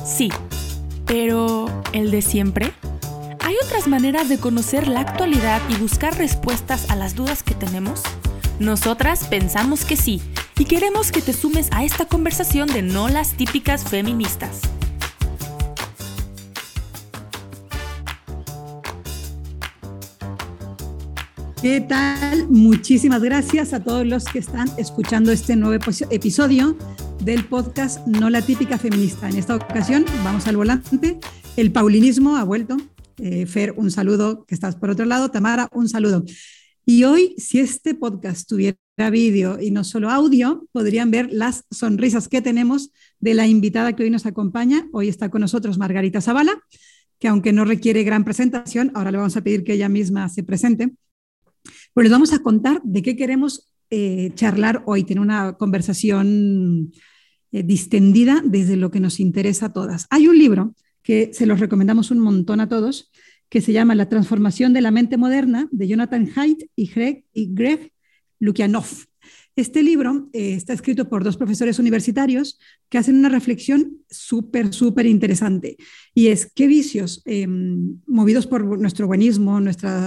Sí, pero ¿el de siempre? ¿Hay otras maneras de conocer la actualidad y buscar respuestas a las dudas que tenemos? Nosotras pensamos que sí, y queremos que te sumes a esta conversación de no las típicas feministas. ¿Qué tal? Muchísimas gracias a todos los que están escuchando este nuevo episodio del podcast No la típica feminista. En esta ocasión vamos al volante. El paulinismo ha vuelto. Fer, un saludo, que estás por otro lado. Tamara, un saludo. Y hoy, si este podcast tuviera vídeo y no solo audio, podrían ver las sonrisas que tenemos de la invitada que hoy nos acompaña. Hoy está con nosotros Margarita Zavala, que aunque no requiere gran presentación, ahora le vamos a pedir que ella misma se presente. Pues les vamos a contar de qué queremos charlar hoy, tener una conversación distendida desde lo que nos interesa a todas. Hay un libro que se los recomendamos un montón a todos, que se llama La transformación de la mente moderna, de Jonathan Haidt y Greg Lukianoff. Este libro está escrito por dos profesores universitarios que hacen una reflexión súper interesante, y es qué vicios, movidos por nuestro buenismo,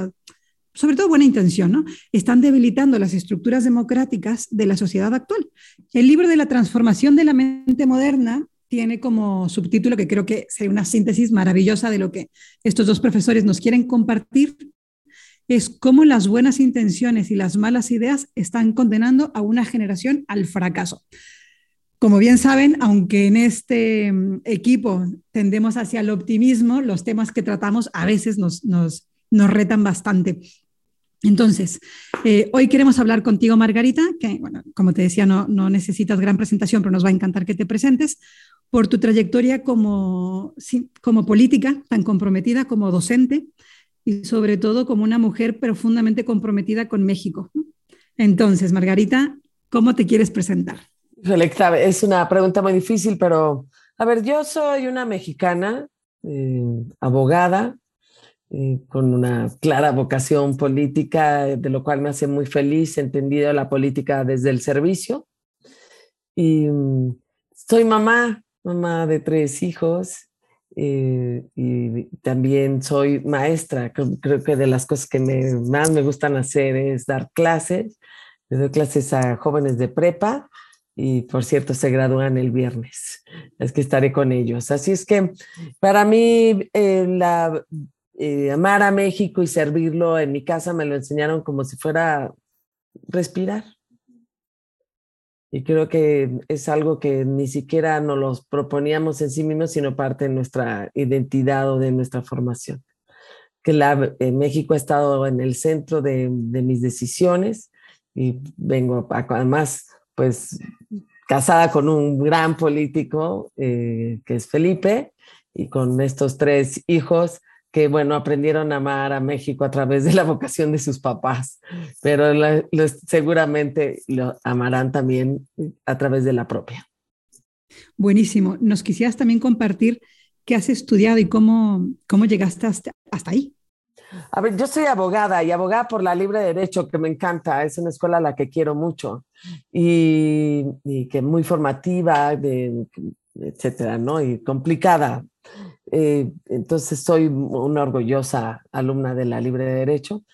sobre todo buena intención, ¿no?, están debilitando las estructuras democráticas de la sociedad actual. El libro de la transformación de la mente moderna tiene como subtítulo, que creo que sería una síntesis maravillosa de lo que estos dos profesores nos quieren compartir, es cómo las buenas intenciones y las malas ideas están condenando a una generación al fracaso. Como bien saben, aunque en este equipo tendemos hacia el optimismo, los temas que tratamos a veces nos retan bastante. Entonces, hoy queremos hablar contigo, Margarita, que, bueno, como te decía, no necesitas gran presentación, pero nos va a encantar que te presentes por tu trayectoria como política, tan comprometida, como docente y sobre todo como una mujer profundamente comprometida con México. Entonces, Margarita, ¿cómo te quieres presentar? Es una pregunta muy difícil, pero a ver, yo soy una mexicana, abogada, con una clara vocación política, de lo cual me hace muy feliz, entendido la política desde el servicio. Y soy mamá de 3 hijos, y también soy maestra. Creo que de las cosas que más me gustan hacer es dar clases. Le doy clases a jóvenes de prepa y, por cierto, se gradúan el viernes. Es que estaré con ellos. Así es que para mí amar a México y servirlo en mi casa me lo enseñaron como si fuera respirar. Y creo que es algo que ni siquiera nos los proponíamos en sí mismos, sino parte de nuestra identidad o de nuestra formación. Que México ha estado en el centro de mis decisiones, y vengo además, pues, casada con un gran político, que es Felipe, y con estos 3 hijos que, bueno, aprendieron a amar a México a través de la vocación de sus papás, pero seguramente lo amarán también a través de la propia. Buenísimo. ¿Nos quisieras también compartir qué has estudiado y cómo llegaste hasta ahí? A ver, yo soy abogada, y abogada por la Libre Derecho, que me encanta. Es una escuela a la que quiero mucho y que es muy formativa, etcétera, ¿no? Y complicada. Entonces soy una orgullosa alumna de la Libre Derecho.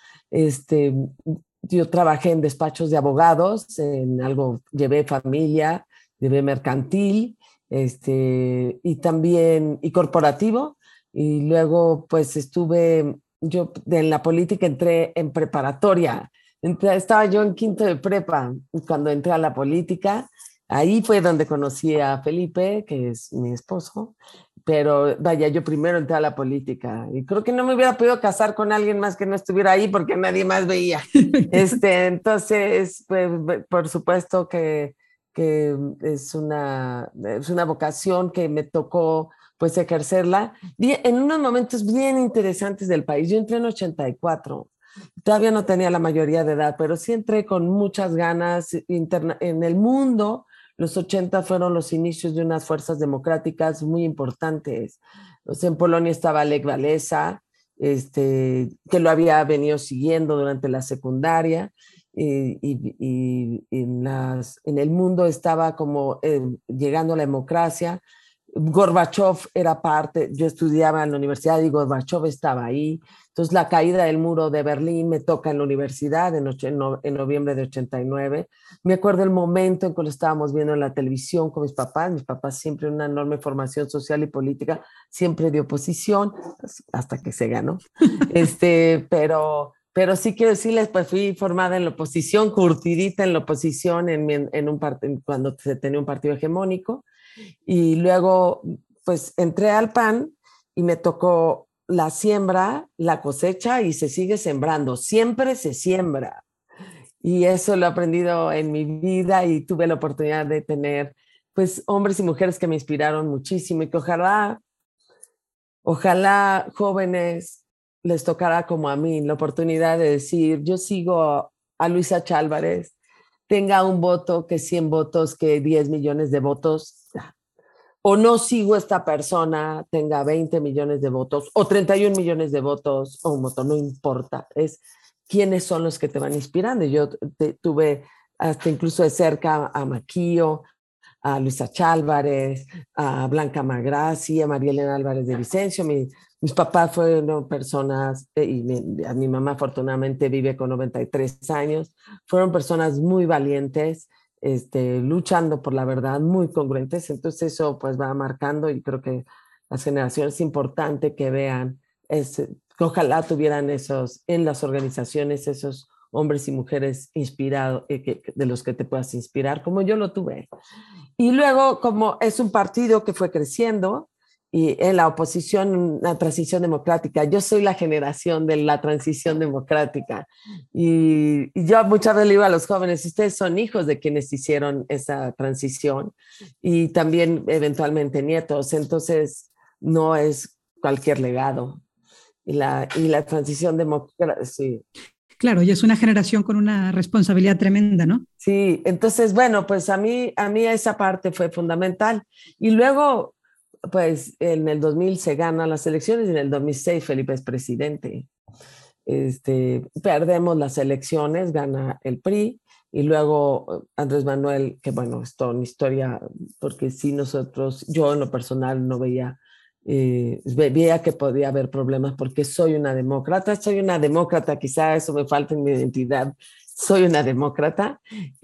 Yo trabajé en despachos de abogados, llevé familia, llevé mercantil, y también corporativo, y luego pues yo en la política entré en preparatoria. Estaba yo en quinto de prepa cuando entré a la política. Ahí fue donde conocí a Felipe, que es mi esposo. Pero vaya, yo primero entré a la política y creo que no me hubiera podido casar con alguien más que no estuviera ahí, porque nadie más veía. Entonces, pues, por supuesto que es una vocación que me tocó, pues, ejercerla en unos momentos bien interesantes del país. Yo entré en 84. Todavía no tenía la mayoría de edad, pero sí entré con muchas ganas en el mundo. Los 80 fueron los inicios de unas fuerzas democráticas muy importantes. O sea, en Polonia estaba Lech Walesa, que lo había venido siguiendo durante la secundaria, y en el mundo estaba como llegando la democracia. Gorbachov era parte, yo estudiaba en la universidad y Gorbachov estaba ahí. Entonces la caída del muro de Berlín me toca en la universidad en noviembre de 89. Me acuerdo el momento en que lo estábamos viendo en la televisión con mis papás siempre una enorme formación social y política, siempre de oposición, hasta que se ganó. Pero sí quiero decirles, pues fui formada en la oposición, curtidita en la oposición cuando se tenía un partido hegemónico. Y luego, pues entré al PAN y me tocó la siembra, la cosecha y se sigue sembrando. Siempre se siembra. Y eso lo he aprendido en mi vida y tuve la oportunidad de tener, pues, hombres y mujeres que me inspiraron muchísimo y que ojalá jóvenes les tocara como a mí la oportunidad de decir, yo sigo a Luisa Chálvarez, tenga un voto, que 100 votos, que 10 millones de votos, o no sigo a esta persona, tenga 20 millones de votos, o 31 millones de votos, o un voto, no importa, es quiénes son los que te van inspirando. Yo tuve hasta incluso de cerca a Maquillo, a Luisa Chálvarez, a Blanca Magrassi, a María Elena Álvarez de Vicencio. Mis papás fueron personas, a mi mamá afortunadamente vive con 93 años, fueron personas muy valientes, luchando por la verdad, muy congruentes. Entonces eso pues va marcando y creo que las generaciones es importante que vean, que ojalá tuvieran en las organizaciones esos hombres y mujeres inspirados, de los que te puedas inspirar, como yo lo tuve. Y luego, como es un partido que fue creciendo, y en la oposición, la transición democrática, yo soy la generación de la transición democrática. Y yo muchas veces le digo a los jóvenes, ustedes son hijos de quienes hicieron esa transición y también eventualmente nietos, entonces no es cualquier legado. Y la transición democrática, sí. Claro, y es una generación con una responsabilidad tremenda, ¿no? Sí, entonces, bueno, pues a mí esa parte fue fundamental. Y luego, pues en el 2000 se ganan las elecciones y en el 2006 Felipe es presidente. Perdemos las elecciones, gana el PRI y luego Andrés Manuel, que bueno, es toda una historia, porque sí yo en lo personal no veía que podía haber problemas porque soy una demócrata, quizá eso me falta en mi identidad, soy una demócrata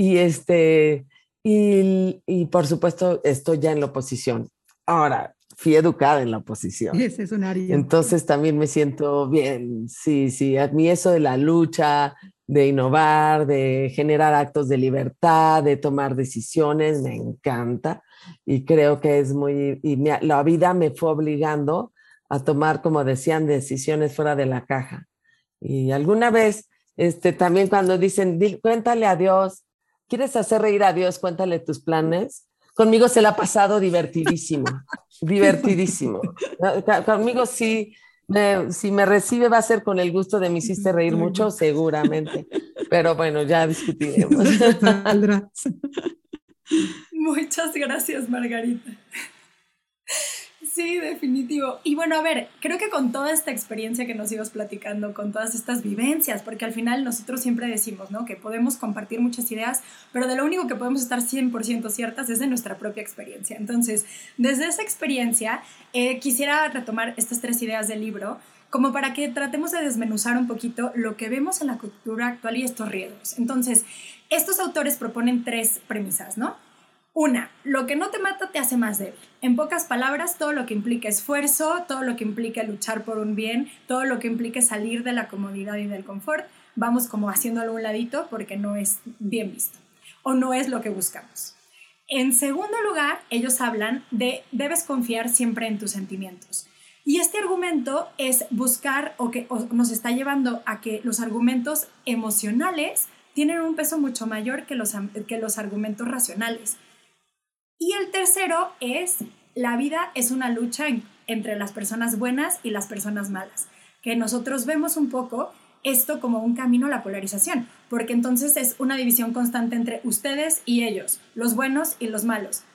y por supuesto estoy ya en la oposición. Ahora, fui educada en la oposición. Ese es un área. Entonces también me siento bien, sí, a mí eso de la lucha, de innovar, de generar actos de libertad, de tomar decisiones, me encanta y creo que es la vida me fue obligando a tomar, como decían, decisiones fuera de la caja. Y alguna vez, también cuando dicen, cuéntale a Dios, ¿quieres hacer reír a Dios? Cuéntale tus planes. Conmigo se la ha pasado divertidísimo, divertidísimo. Conmigo sí, si me recibe va a ser con el gusto de me hiciste reír mucho, seguramente. Pero bueno, ya discutiremos. Muchas gracias, Margarita. Sí, definitivo. Y bueno, a ver, creo que con toda esta experiencia que nos ibas platicando, con todas estas vivencias, porque al final nosotros siempre decimos, ¿no?, que podemos compartir muchas ideas, pero de lo único que podemos estar 100% ciertas es de nuestra propia experiencia. Entonces, desde esa experiencia, quisiera retomar estas 3 ideas del libro, como para que tratemos de desmenuzar un poquito lo que vemos en la cultura actual y estos riesgos. Entonces, estos autores proponen 3 premisas, ¿no? 1, lo que no te mata te hace más débil. En pocas palabras, todo lo que implica esfuerzo, todo lo que implica luchar por un bien, todo lo que implique salir de la comodidad y del confort, vamos como haciéndolo a un ladito porque no es bien visto o no es lo que buscamos. En segundo lugar, ellos hablan de debes confiar siempre en tus sentimientos. Y este argumento es buscar o nos está llevando a que los argumentos emocionales tienen un peso mucho mayor que los argumentos racionales. Y el tercero es, la vida es una lucha entre las personas buenas y las personas malas, que nosotros vemos un poco esto como un camino a la polarización, porque entonces es una división constante entre ustedes y ellos, los buenos y los malos.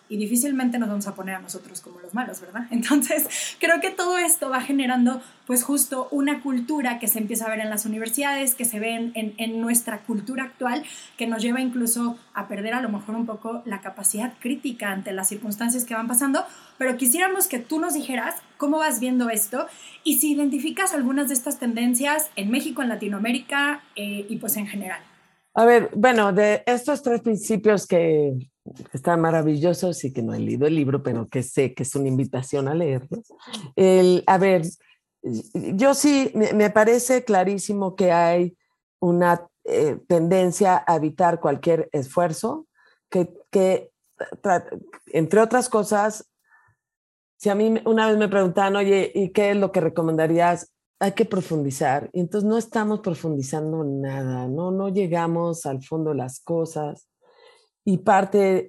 y difícilmente nos vamos a poner a nosotros como los malos, ¿verdad? Entonces, creo que todo esto va generando, pues justo una cultura que se empieza a ver en las universidades, que se ve en nuestra cultura actual, que nos lleva incluso a perder a lo mejor un poco la capacidad crítica ante las circunstancias que van pasando, pero quisiéramos que tú nos dijeras cómo vas viendo esto y si identificas algunas de estas tendencias en México, en Latinoamérica y pues en general. A ver, bueno, de estos 3 principios que están maravillosos y que no he leído el libro, pero que sé que es una invitación a leerlos. A ver, yo sí, me parece clarísimo que hay una tendencia a evitar cualquier esfuerzo, que entre otras cosas, si a mí una vez me preguntaban, oye, ¿y qué es lo que recomendarías? Hay que profundizar. Y entonces no estamos profundizando nada, no llegamos al fondo de las cosas. Y parte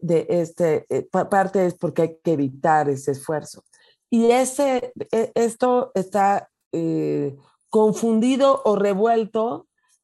es porque hay que evitar ese esfuerzo. Y esto está confundido o revuelto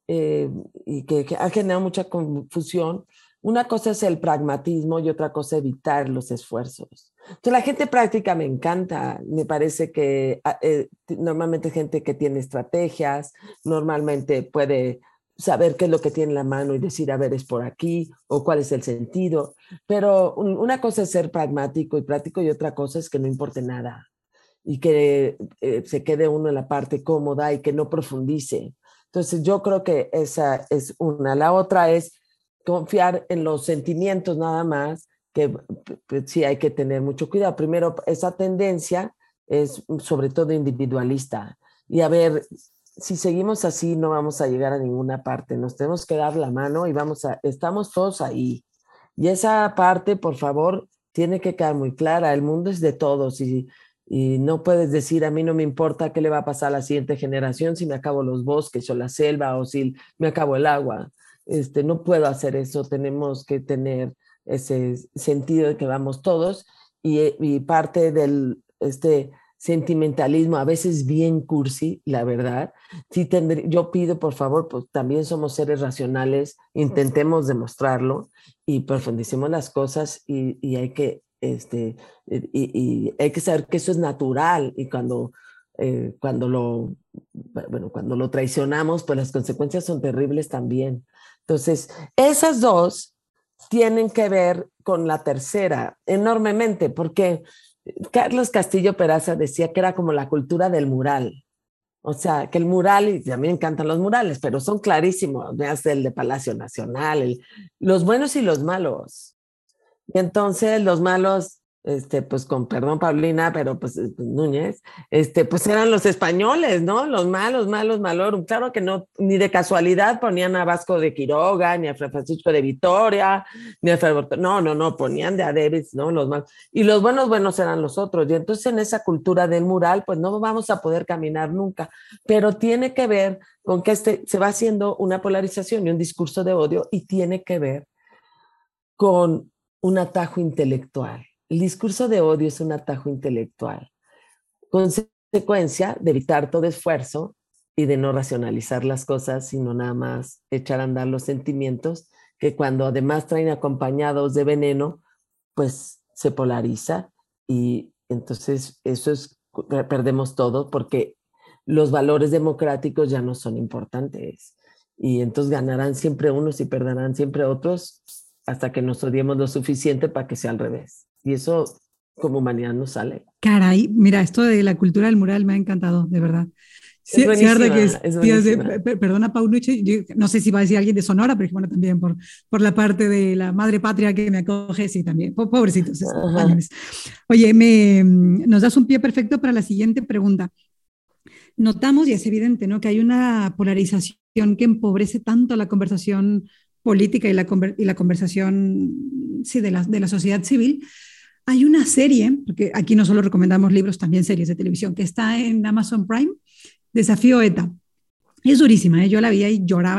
y que ha generado mucha confusión. Una cosa es el pragmatismo y otra cosa evitar los esfuerzos. Entonces, la gente práctica me encanta. Me parece que normalmente gente que tiene estrategias, normalmente puede saber qué es lo que tiene en la mano y decir, a ver, es por aquí, o cuál es el sentido. Pero una cosa es ser pragmático y práctico y otra cosa es que no importe nada y que se quede uno en la parte cómoda y que no profundice. Entonces, yo creo que esa es una. La otra es confiar en los sentimientos nada más, que sí hay que tener mucho cuidado. Primero, esa tendencia es sobre todo individualista. Y a ver, si seguimos así no vamos a llegar a ninguna parte. Nos tenemos que dar la mano y estamos todos ahí. Y esa parte, por favor, tiene que quedar muy clara. El mundo es de todos y no puedes decir, a mí no me importa qué le va a pasar a la siguiente generación si me acabo los bosques o la selva o si me acabo el agua. No puedo hacer eso. Tenemos que tener ese sentido de que vamos todos y parte del sentimentalismo, a veces bien cursi, la verdad. Sí yo pido, por favor, pues también somos seres racionales, intentemos demostrarlo y profundicemos las cosas y hay que, y hay que saber que eso es natural y cuando lo traicionamos, pues las consecuencias son terribles también. Entonces, esas 2 tienen que ver con la tercera enormemente, porque Carlos Castillo Peraza decía que era como la cultura del mural. O sea, que el mural, y a mí me encantan los murales, pero son clarísimos, veas el de Palacio Nacional, los buenos y los malos. Y entonces los malos, pues con perdón Paulina, pero pues Núñez, pues eran los españoles, ¿no? Los malos, malorum. Claro que no, ni de casualidad ponían a Vasco de Quiroga, ni a Fray Francisco de Vitoria, ni a Fray no, ponían de a Davis, ¿no? Los malos. Y los buenos eran los otros. Y entonces en esa cultura del mural, pues no vamos a poder caminar nunca. Pero tiene que ver con que se va haciendo una polarización y un discurso de odio y tiene que ver con un atajo intelectual. El discurso de odio es un atajo intelectual, consecuencia de evitar todo esfuerzo y de no racionalizar las cosas, sino nada más echar a andar los sentimientos, que cuando además traen acompañados de veneno, pues se polariza y entonces perdemos todo porque los valores democráticos ya no son importantes y entonces ganarán siempre unos y perderán siempre otros hasta que nos odiemos lo suficiente para que sea al revés. Y eso como humanidad no sale. Caray, mira, esto de la cultura del mural me ha encantado, de verdad. Sí, es buenísima, es buenísima. Perdona, Paulucci, yo no sé si va a decir alguien de Sonora, pero bueno, también por la parte de la madre patria que me acoge, sí, también. Pobrecitos españoles. Oye, nos das un pie perfecto para la siguiente pregunta. Notamos, y es evidente, ¿no?, que hay una polarización que empobrece tanto la conversación política y la conversación sí, de la sociedad civil. Hay una serie, porque aquí no solo recomendamos libros, también series de televisión, que está en Amazon Prime, Desafío ETA. Es durísima, ¿eh? Yo la veía y lloraba,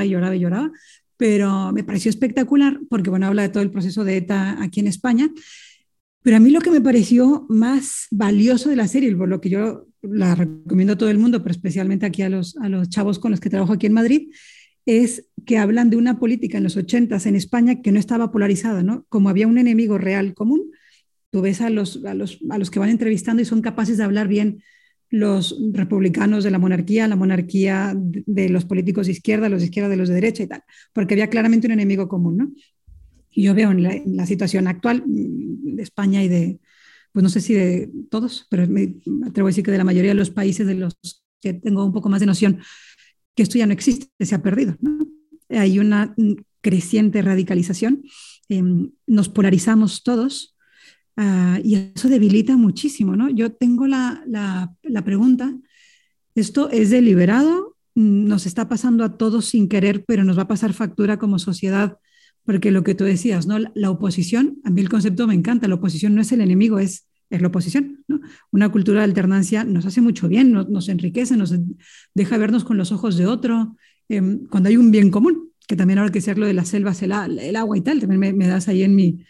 pero me pareció espectacular porque, bueno, habla de todo el proceso de ETA aquí en España. Pero a mí lo que me pareció más valioso de la serie, por lo que yo la recomiendo a todo el mundo, pero especialmente aquí a los chavos con los que trabajo aquí en Madrid, es que hablan de una política en los 80s en España que no estaba polarizada, ¿no? Como había un enemigo real común, tú ves a los que van entrevistando y son capaces de hablar bien los republicanos de la monarquía de los políticos de izquierda, los de izquierda de los de derecha y tal, porque había claramente un enemigo común, ¿no? Y yo veo en la situación actual de España y de, pues no sé si de todos, pero me atrevo a decir que de la mayoría de los países de los que tengo un poco más de noción, que esto ya no existe, se ha perdido, ¿no? Hay una creciente radicalización, nos polarizamos todos. Y eso debilita muchísimo, ¿no? Yo tengo la pregunta, ¿esto es deliberado? ¿Nos está pasando a todos sin querer, pero nos va a pasar factura como sociedad? Porque lo que tú decías, ¿no? La oposición, a mí el concepto me encanta, la oposición no es el enemigo, es la oposición, ¿no? Una cultura de alternancia nos hace mucho bien, nos enriquece, nos deja vernos con los ojos de otro, cuando hay un bien común, que también ahora que decir lo de las selvas, el agua y tal, también me das ahí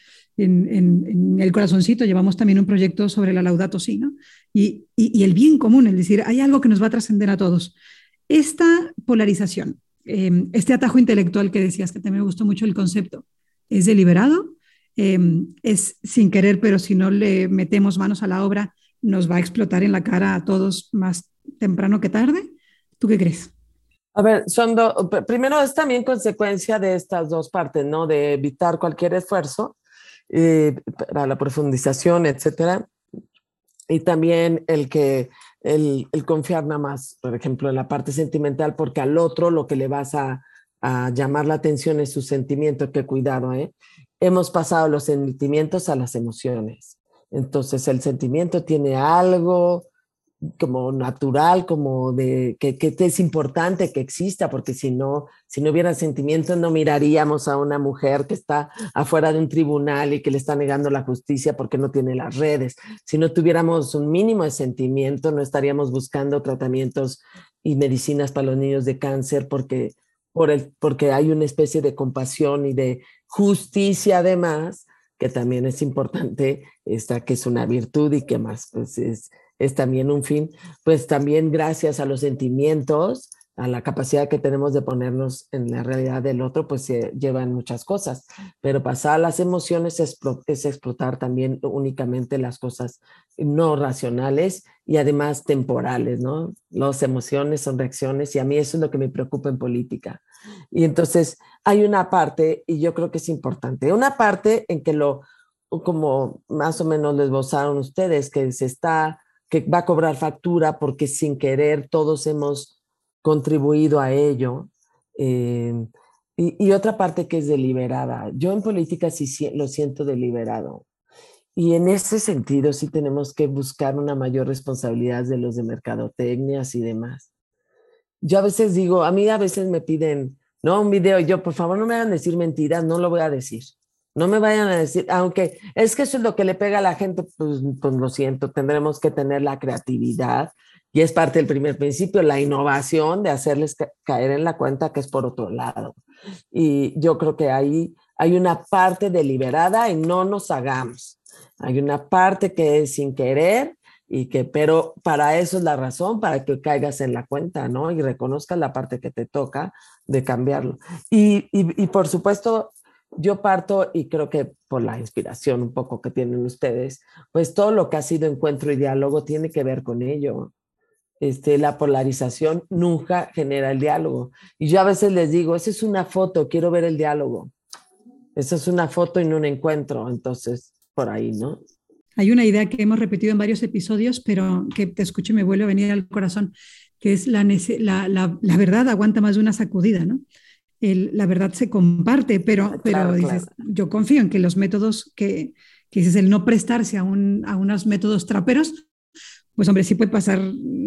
en el corazoncito, llevamos también un proyecto sobre la Laudato Si, ¿no? Y el bien común, es decir, hay algo que nos va a trascender a todos. Esta polarización, este atajo intelectual que decías, que también me gustó mucho el concepto, ¿es deliberado? Es sin querer, pero si no le metemos manos a la obra, nos va a explotar en la cara a todos más temprano que tarde. ¿Tú qué crees? A ver, primero es también consecuencia de estas dos partes, ¿no? De evitar cualquier esfuerzo para la profundización, etcétera. Y también el confiar nada más, por ejemplo, en la parte sentimental, porque al otro lo que le vas a llamar la atención es su sentimiento. Qué cuidado, ¿eh? Hemos pasado los sentimientos a las emociones. Entonces el sentimiento tiene algo como natural, como de que es importante que exista, porque si no hubiera sentimiento, no miraríamos a una mujer que está afuera de un tribunal y que le está negando la justicia porque no tiene las redes. Si no tuviéramos un mínimo de sentimiento, no estaríamos buscando tratamientos y medicinas para los niños de cáncer porque hay una especie de compasión y de justicia además, que también es importante, que es una virtud y que más pues es también un fin, pues también gracias a los sentimientos, a la capacidad que tenemos de ponernos en la realidad del otro, pues se llevan muchas cosas, pero pasar a las emociones es explotar también únicamente las cosas no racionales y además temporales, ¿no? Las emociones son reacciones y a mí eso es lo que me preocupa en política. Y entonces hay una parte, y yo creo que es importante, una parte en que como más o menos les esbozaron ustedes, que va a cobrar factura porque sin querer todos hemos contribuido a ello. Y otra parte que es deliberada. Yo en política sí lo siento deliberado. Y en ese sentido sí tenemos que buscar una mayor responsabilidad de los de mercadotecnias y demás. Yo a veces digo, a mí a veces me piden, no, un video, yo por favor no me hagan decir mentiras, no lo voy a decir. No me vayan a decir, aunque es que eso es lo que le pega a la gente, pues lo siento, tendremos que tener la creatividad y es parte del primer principio, la innovación de hacerles caer en la cuenta que es por otro lado. Y yo creo que ahí hay una parte deliberada y no nos hagamos. Hay una parte que es sin querer pero para eso es la razón, para que caigas en la cuenta, ¿no? Y reconozcas la parte que te toca de cambiarlo. Y por supuesto, yo parto, y creo que por la inspiración un poco que tienen ustedes, pues todo lo que ha sido encuentro y diálogo tiene que ver con ello. La polarización nunca genera el diálogo. Y yo a veces les digo, esa es una foto, quiero ver el diálogo. Esa es una foto y no un encuentro. Entonces, por ahí, ¿no? Hay una idea que hemos repetido en varios episodios, pero que te escucho y me vuelve a venir al corazón, que es la verdad aguanta más de una sacudida, ¿no? La verdad se comparte, pero dices, claro. Yo confío en que los métodos que dices, el no prestarse a unos métodos traperos, pues hombre, sí puede pasar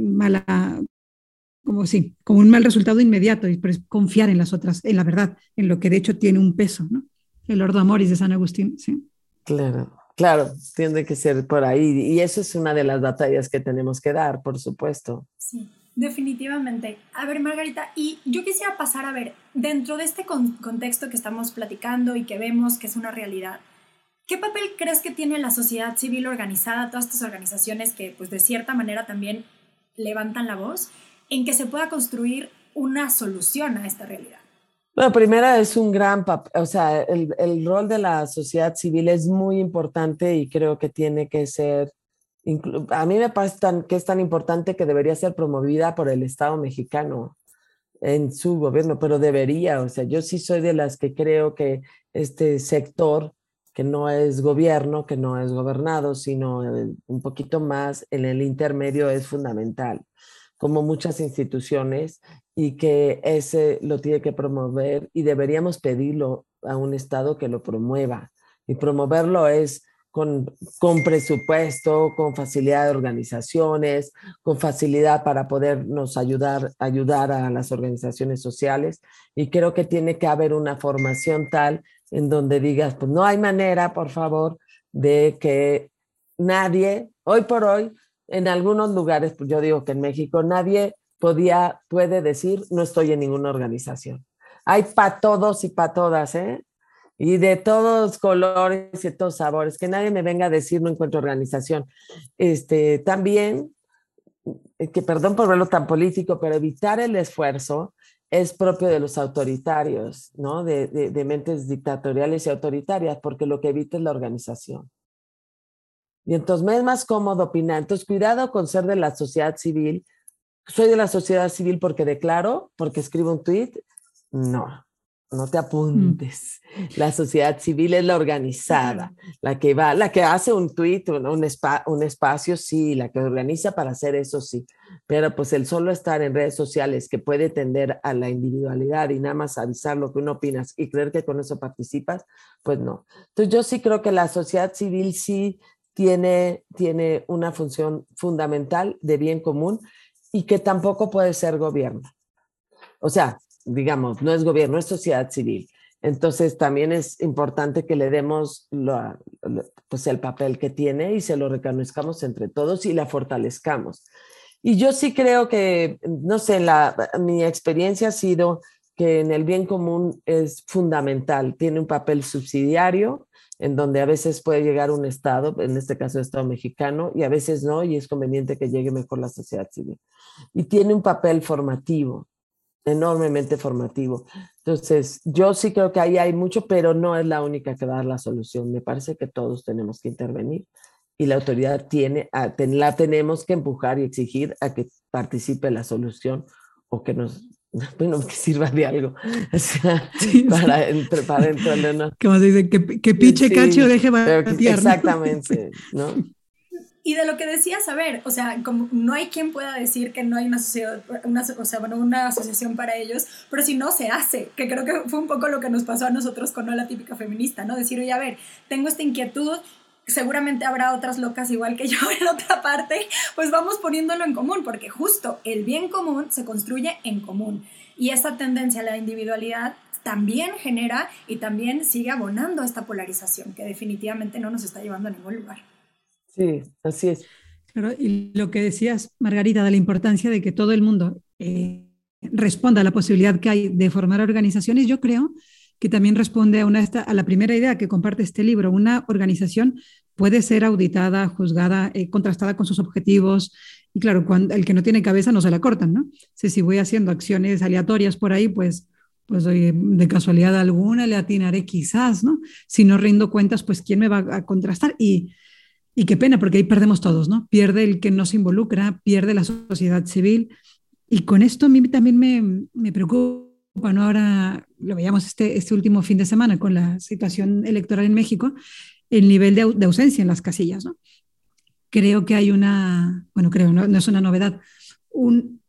como un mal resultado inmediato, y pero es confiar en las otras, en la verdad, en lo que de hecho tiene un peso, ¿no? El Ordo Amoris de San Agustín, sí. Claro, tiene que ser por ahí. Y eso es una de las batallas que tenemos que dar, por supuesto. Sí, definitivamente. A ver, Margarita, y yo quisiera pasar a ver, dentro de este contexto que estamos platicando y que vemos que es una realidad, ¿qué papel crees que tiene la sociedad civil organizada, todas estas organizaciones que pues de cierta manera también levantan la voz, en que se pueda construir una solución a esta realidad? Bueno, primero es un gran papel, o sea, el rol de la sociedad civil es muy importante y creo que tiene que ser, a mí me parece que es tan importante que debería ser promovida por el Estado mexicano en su gobierno, pero debería, o sea, yo sí soy de las que creo que este sector, que no es gobierno, que no es gobernado, sino un poquito más en el intermedio es fundamental, como muchas instituciones, y que ese lo tiene que promover y deberíamos pedirlo a un Estado que lo promueva. Y promoverlo es con presupuesto, con facilidad de organizaciones, con facilidad para podernos ayudar a las organizaciones sociales. Y creo que tiene que haber una formación tal en donde digas, pues no hay manera, por favor, de que nadie, hoy por hoy, en algunos lugares, pues yo digo que en México, nadie puede decir, no estoy en ninguna organización. Hay para todos y para todas, ¿eh? Y de todos colores y de todos sabores, que nadie me venga a decir no encuentro organización. También, que perdón por verlo tan político, pero evitar el esfuerzo es propio de los autoritarios, ¿no? De mentes dictatoriales y autoritarias, porque lo que evita es la organización. Y entonces me es más cómodo opinar. Entonces, cuidado con ser de la sociedad civil. Soy de la sociedad civil porque declaro, porque escribo un tuit. No, no te apuntes. La sociedad civil es la organizada, la que hace un tuit, un espacio, sí, la que organiza para hacer eso, sí. Pero pues el solo estar en redes sociales que puede tender a la individualidad y nada más avisar lo que uno opinas y creer que con eso participas, pues no. Entonces yo sí creo que la sociedad civil sí tiene una función fundamental de bien común y que tampoco puede ser gobierno. O sea, digamos, no es gobierno, es sociedad civil. Entonces también es importante que le demos pues el papel que tiene y se lo reconozcamos entre todos y la fortalezcamos. Y yo sí creo que, no sé, mi experiencia ha sido que en el bien común es fundamental, tiene un papel subsidiario, en donde a veces puede llegar un Estado, en este caso el Estado mexicano, y a veces no, y es conveniente que llegue mejor la sociedad civil. Y tiene un papel formativo, enormemente formativo. Entonces, yo sí creo que ahí hay mucho, pero no es la única que va a dar la solución. Me parece que todos tenemos que intervenir y la autoridad la tenemos que empujar y exigir a que participe en la solución o que que sirva de algo. O sea, sí, para entrarle una... Como se dice, que piche sí, cacho deje batear. Exactamente, ¿no? Y de lo que decías, a ver, o sea, como no hay quien pueda decir que no hay una asociación para ellos, pero si no se hace, que creo que fue un poco lo que nos pasó a nosotros con No la Típica Feminista, ¿no? Decir, oye, a ver, tengo esta inquietud, seguramente habrá otras locas igual que yo en otra parte, pues vamos poniéndolo en común, porque justo el bien común se construye en común. Y esta tendencia a la individualidad también genera y también sigue abonando esta polarización que definitivamente no nos está llevando a ningún lugar. Sí, así es. Claro, y lo que decías, Margarita, de la importancia de que todo el mundo responda a la posibilidad que hay de formar organizaciones, yo creo que también responde a la primera idea que comparte este libro. Una organización puede ser auditada, juzgada, contrastada con sus objetivos, y claro, el que no tiene cabeza no se la cortan, ¿no? Si voy haciendo acciones aleatorias por ahí, pues oye, de casualidad alguna le atinaré quizás, ¿no? Si no rindo cuentas, pues ¿quién me va a contrastar? Y qué pena, porque ahí perdemos todos, ¿no? Pierde el que no se involucra, pierde la sociedad civil. Y con esto a mí también me preocupa, ¿no? Ahora lo veíamos este último fin de semana con la situación electoral en México, el nivel de ausencia en las casillas, ¿no? Creo que hay no es una novedad, un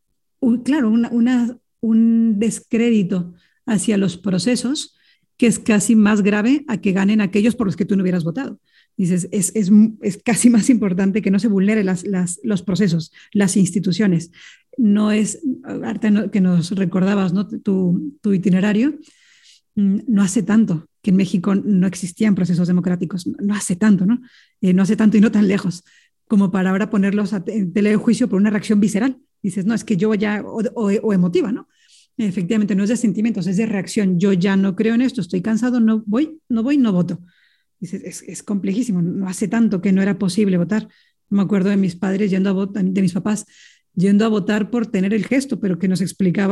descrédito hacia los procesos que es casi más grave a que ganen aquellos por los que tú no hubieras votado. Dices, es casi más importante que no se vulneren los procesos, las instituciones. No es, Arta, que nos recordabas, ¿no? tu itinerario, no hace tanto que en México no existían procesos democráticos, no hace tanto, ¿no? No hace tanto y no tan lejos, como para ahora ponerlos en tela de juicio por una reacción visceral. Dices, no, es que yo ya, o emotiva, ¿no? Efectivamente, no es de sentimientos, es de reacción. Yo ya no creo en esto, estoy cansado, no voy, no voto. Es complejísimo, no hace tanto que no era posible votar. Me acuerdo de mis padres de mis papás yendo a votar por tener el gesto, pero que nos explicaban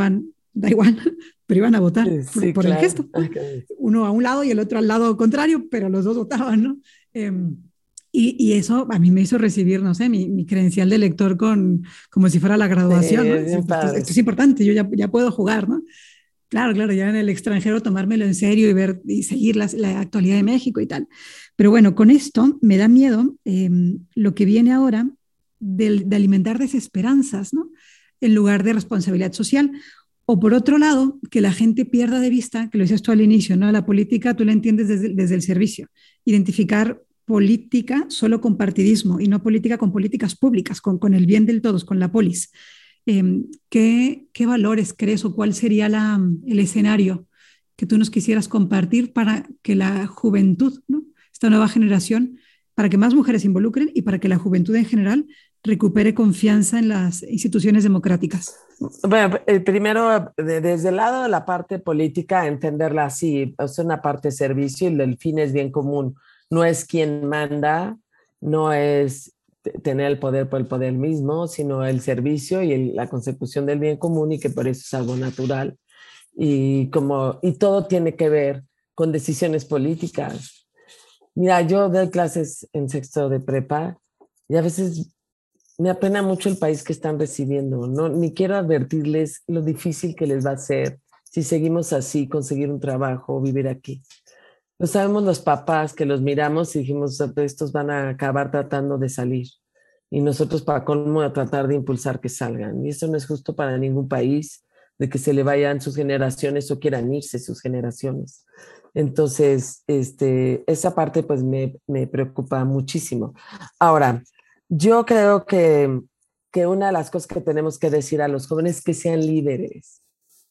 da igual, pero iban a votar Sí, por el claro. gesto. Uno a un lado y el otro al lado contrario, pero los dos votaban, ¿no? Y eso a mí me hizo recibir, no sé, mi credencial de lector como si fuera la Sí, graduación, ¿no? es bien padre. Esto es importante, yo ya puedo jugar, ¿no? Claro, claro, ya en el extranjero tomármelo en serio y ver y seguir la actualidad de México y tal. Pero bueno, con esto me da miedo lo que viene ahora de alimentar desesperanzas, ¿no? En lugar de responsabilidad social. O por otro lado, que la gente pierda de vista, que lo decías tú al inicio, ¿no? La política tú la entiendes desde el servicio. Identificar política solo con partidismo y no política con políticas públicas, con el bien del todos, con la polis. ¿Qué valores crees o cuál sería el escenario que tú nos quisieras compartir para que la juventud, ¿no? Esta nueva generación, para que más mujeres se involucren y para que la juventud en general recupere confianza en las instituciones democráticas? Bueno, primero, desde el lado de la parte política, entenderla así, es una parte de servicio y el fin es bien común. No es quien manda, no es tener el poder por el poder mismo, sino el servicio y la consecución del bien común, y que por eso es algo natural. Y todo tiene que ver con decisiones políticas. Mira, yo doy clases en sexto de prepa y a veces me apena mucho el país que están recibiendo. No, ni quiero advertirles lo difícil que les va a ser si seguimos así, conseguir un trabajo, vivir aquí. Lo sabemos los papás que los miramos y dijimos, estos van a acabar tratando de salir. Y nosotros para colmo a tratar de impulsar que salgan. Y eso no es justo para ningún país, de que se le vayan sus generaciones o quieran irse sus generaciones. Entonces, esa parte pues me preocupa muchísimo. Ahora, yo creo que una de las cosas que tenemos que decir a los jóvenes es que sean líderes.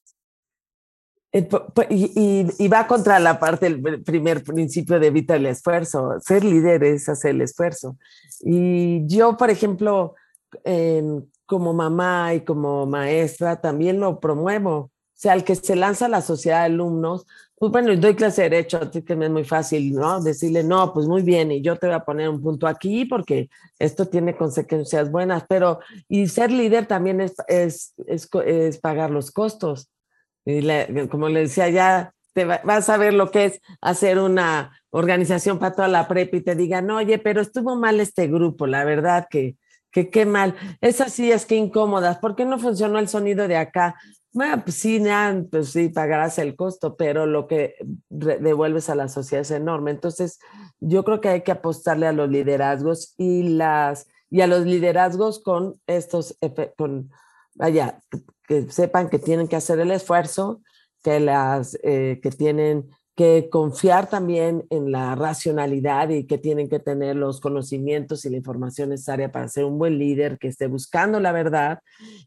Y va contra la parte del primer principio de evita el esfuerzo. Ser líder es hacer el esfuerzo. Y yo, por ejemplo, como mamá y como maestra, también lo promuevo. O sea, el que se lanza a la sociedad de alumnos, pues bueno, doy clase de derecho, así que me es muy fácil, ¿no? Decirle, no, pues muy bien, y yo te voy a poner un punto aquí porque esto tiene consecuencias buenas, y ser líder también es pagar los costos. Como le decía, ya vas a ver lo que es hacer una organización para toda la prepa y te digan, oye, pero estuvo mal este grupo, la verdad que qué mal. Esas sí es que incómodas. ¿Por qué no funcionó el sonido de acá? Bueno, pues sí, pagarás el costo, pero lo que devuelves a la sociedad es enorme. Entonces, yo creo que hay que apostarle a los liderazgos y a los liderazgos con vaya, que sepan que tienen que hacer el esfuerzo, que tienen que confiar también en la racionalidad y que tienen que tener los conocimientos y la información necesaria para ser un buen líder, que esté buscando la verdad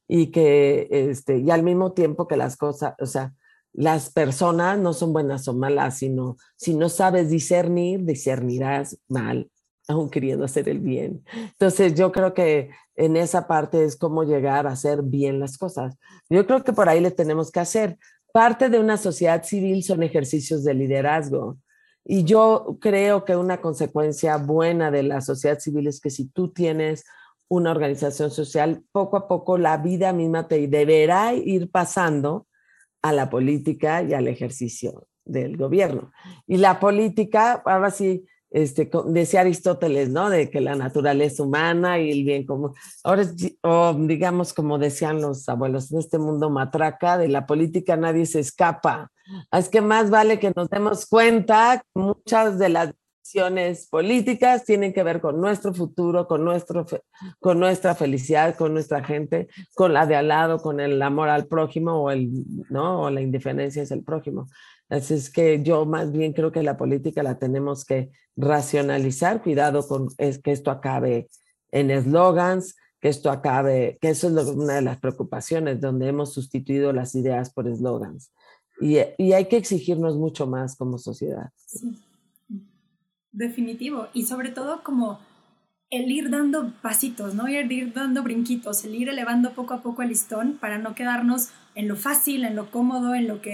y al mismo tiempo que las cosas, o sea, las personas no son buenas o malas, sino si no sabes discernir, discernirás mal, aún queriendo hacer el bien. Entonces yo creo que en esa parte es cómo llegar a hacer bien las cosas. Yo creo que por ahí le tenemos que hacer. Parte de una sociedad civil son ejercicios de liderazgo. Y yo creo que una consecuencia buena de la sociedad civil es que si tú tienes una organización social, poco a poco la vida misma te deberá ir pasando a la política y al ejercicio del gobierno. Y la política, ahora sí, decía Aristóteles, ¿no? De que la naturaleza humana y el bien común. Ahora, digamos, como decían los abuelos, en este mundo matraca, de la política nadie se escapa. Es que más vale que nos demos cuenta que muchas de las decisiones políticas tienen que ver con nuestro futuro, con nuestra felicidad, con nuestra gente, con la de al lado, con el amor al prójimo ¿no? O la indiferencia hacia el prójimo. Así es que yo más bien creo que la política la tenemos que racionalizar, cuidado con que esto acabe en eslogans, que esto acabe, que eso es una de las preocupaciones, donde hemos sustituido las ideas por eslogans. Y hay que exigirnos mucho más como sociedad. Sí, definitivo. Y sobre todo como el ir dando pasitos, ¿no? El ir dando brinquitos, el ir elevando poco a poco el listón para no quedarnos en lo fácil, en lo cómodo, en lo que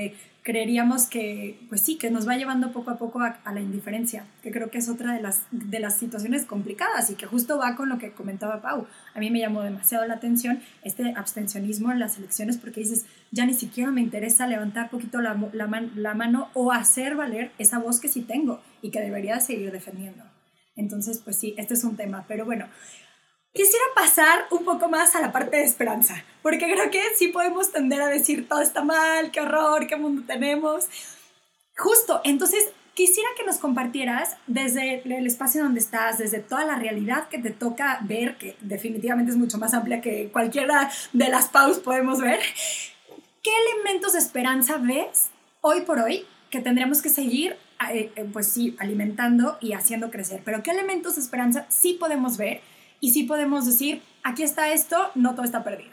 creeríamos que, pues sí, que nos va llevando poco a poco a la indiferencia, que creo que es otra de las situaciones complicadas y que justo va con lo que comentaba Pau. A mí me llamó demasiado la atención este abstencionismo en las elecciones, porque dices, ya ni siquiera me interesa levantar poquito la mano o hacer valer esa voz que sí tengo y que debería seguir defendiendo. Entonces, pues sí, este es un tema, pero bueno, quisiera pasar un poco más a la parte de esperanza, porque creo que sí podemos tender a decir todo está mal, qué horror, qué mundo tenemos. Justo, entonces quisiera que nos compartieras desde el espacio donde estás, desde toda la realidad que te toca ver, que definitivamente es mucho más amplia que cualquiera de las paus podemos ver. ¿Qué elementos de esperanza ves hoy por hoy que tendremos que seguir, pues sí, alimentando y haciendo crecer? Pero ¿qué elementos de esperanza sí podemos ver? Y sí podemos decir, aquí está esto, no todo está perdido.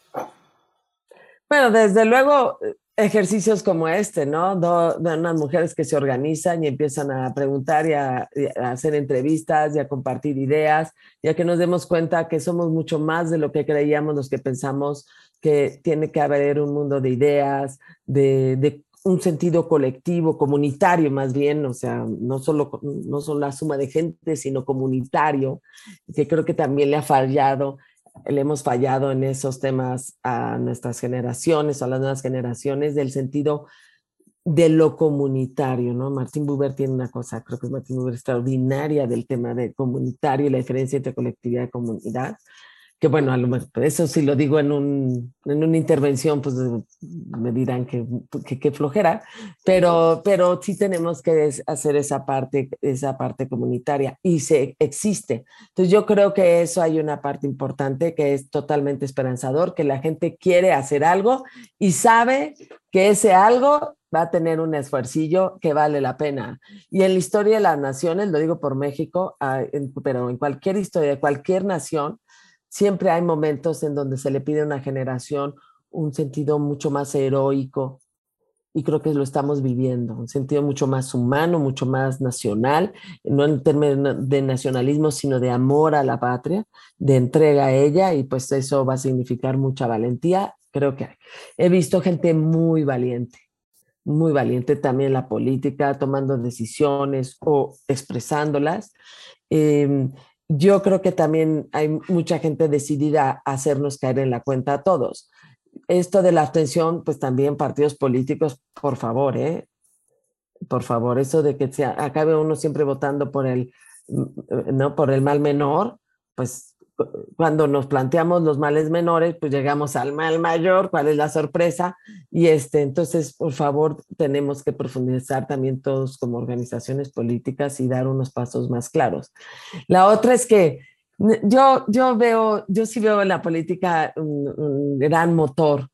Bueno, desde luego, ejercicios como este, ¿no? De unas mujeres que se organizan y empiezan a preguntar y a hacer entrevistas y a compartir ideas, y a que nos demos cuenta que somos mucho más de lo que creíamos, los que pensamos que tiene que haber un mundo de ideas, de un sentido colectivo, comunitario más bien, o sea, no solo la suma de gente, sino comunitario, que creo que también le hemos fallado en esos temas a nuestras generaciones, a las nuevas generaciones, del sentido de lo comunitario, ¿no? Martin Buber tiene una cosa, creo que es Martin Buber, extraordinaria del tema de comunitario y la diferencia entre colectividad y comunidad, que bueno, a lo mejor eso si lo digo en una intervención, pues me dirán que flojera, pero sí tenemos que hacer esa parte comunitaria y existe. Entonces yo creo que eso hay una parte importante que es totalmente esperanzador, que la gente quiere hacer algo y sabe que ese algo va a tener un esfuercillo que vale la pena. Y en la historia de las naciones, lo digo por México, pero en cualquier historia de cualquier nación, siempre hay momentos en donde se le pide a una generación un sentido mucho más heroico, y creo que lo estamos viviendo, un sentido mucho más humano, mucho más nacional, no en términos de nacionalismo, sino de amor a la patria, de entrega a ella, y pues eso va a significar mucha valentía, creo que hay. He visto gente muy valiente también en la política, tomando decisiones o expresándolas. Yo creo que también hay mucha gente decidida a hacernos caer en la cuenta a todos. Esto de la abstención, pues también partidos políticos, por favor, por favor, eso de que acabe uno siempre votando ¿no? por el mal menor, pues cuando nos planteamos los males menores, pues llegamos al mal mayor, ¿cuál es la sorpresa? Y entonces, por favor, tenemos que profundizar también todos como organizaciones políticas y dar unos pasos más claros. La otra es que yo sí veo en la política un gran motor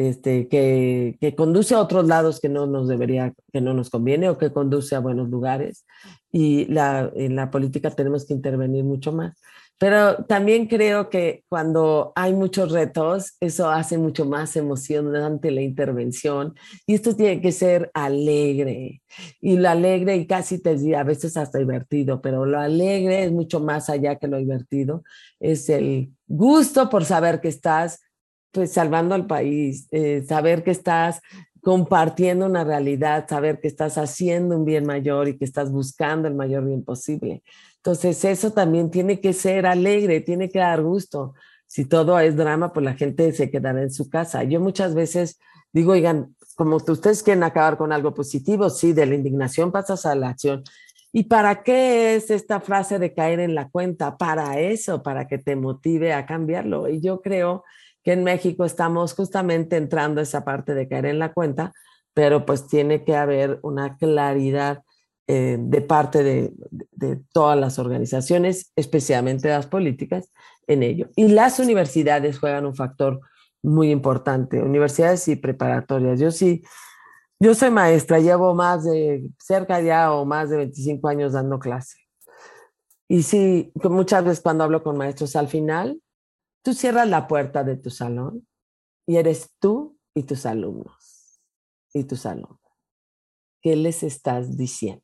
que conduce a otros lados que no nos conviene, o que conduce a buenos lugares, y en la política tenemos que intervenir mucho más. Pero también creo que cuando hay muchos retos, eso hace mucho más emocionante la intervención, y esto tiene que ser alegre, y lo alegre, y casi te diría a veces hasta divertido, pero lo alegre es mucho más allá que lo divertido, es el gusto por saber que estás pues salvando al país, saber que estás compartiendo una realidad, saber que estás haciendo un bien mayor y que estás buscando el mayor bien posible. Entonces eso también tiene que ser alegre, tiene que dar gusto. Si todo es drama, pues la gente se quedará en su casa. Yo muchas veces digo, oigan, como ustedes quieren acabar con algo positivo, sí, de la indignación pasas a la acción. ¿Y para qué es esta frase de caer en la cuenta? Para eso, para que te motive a cambiarlo. Y yo creo que en México estamos justamente entrando a esa parte de caer en la cuenta, pero pues tiene que haber una claridad de parte de todas las organizaciones, especialmente las políticas, en ello. Y las universidades juegan un factor muy importante, universidades y preparatorias. Yo soy maestra, llevo cerca ya o más de 25 años dando clase. Y sí, muchas veces cuando hablo con maestros, al final, tú cierras la puerta de tu salón y eres tú y tus alumnos y tus alumnos. ¿Qué les estás diciendo?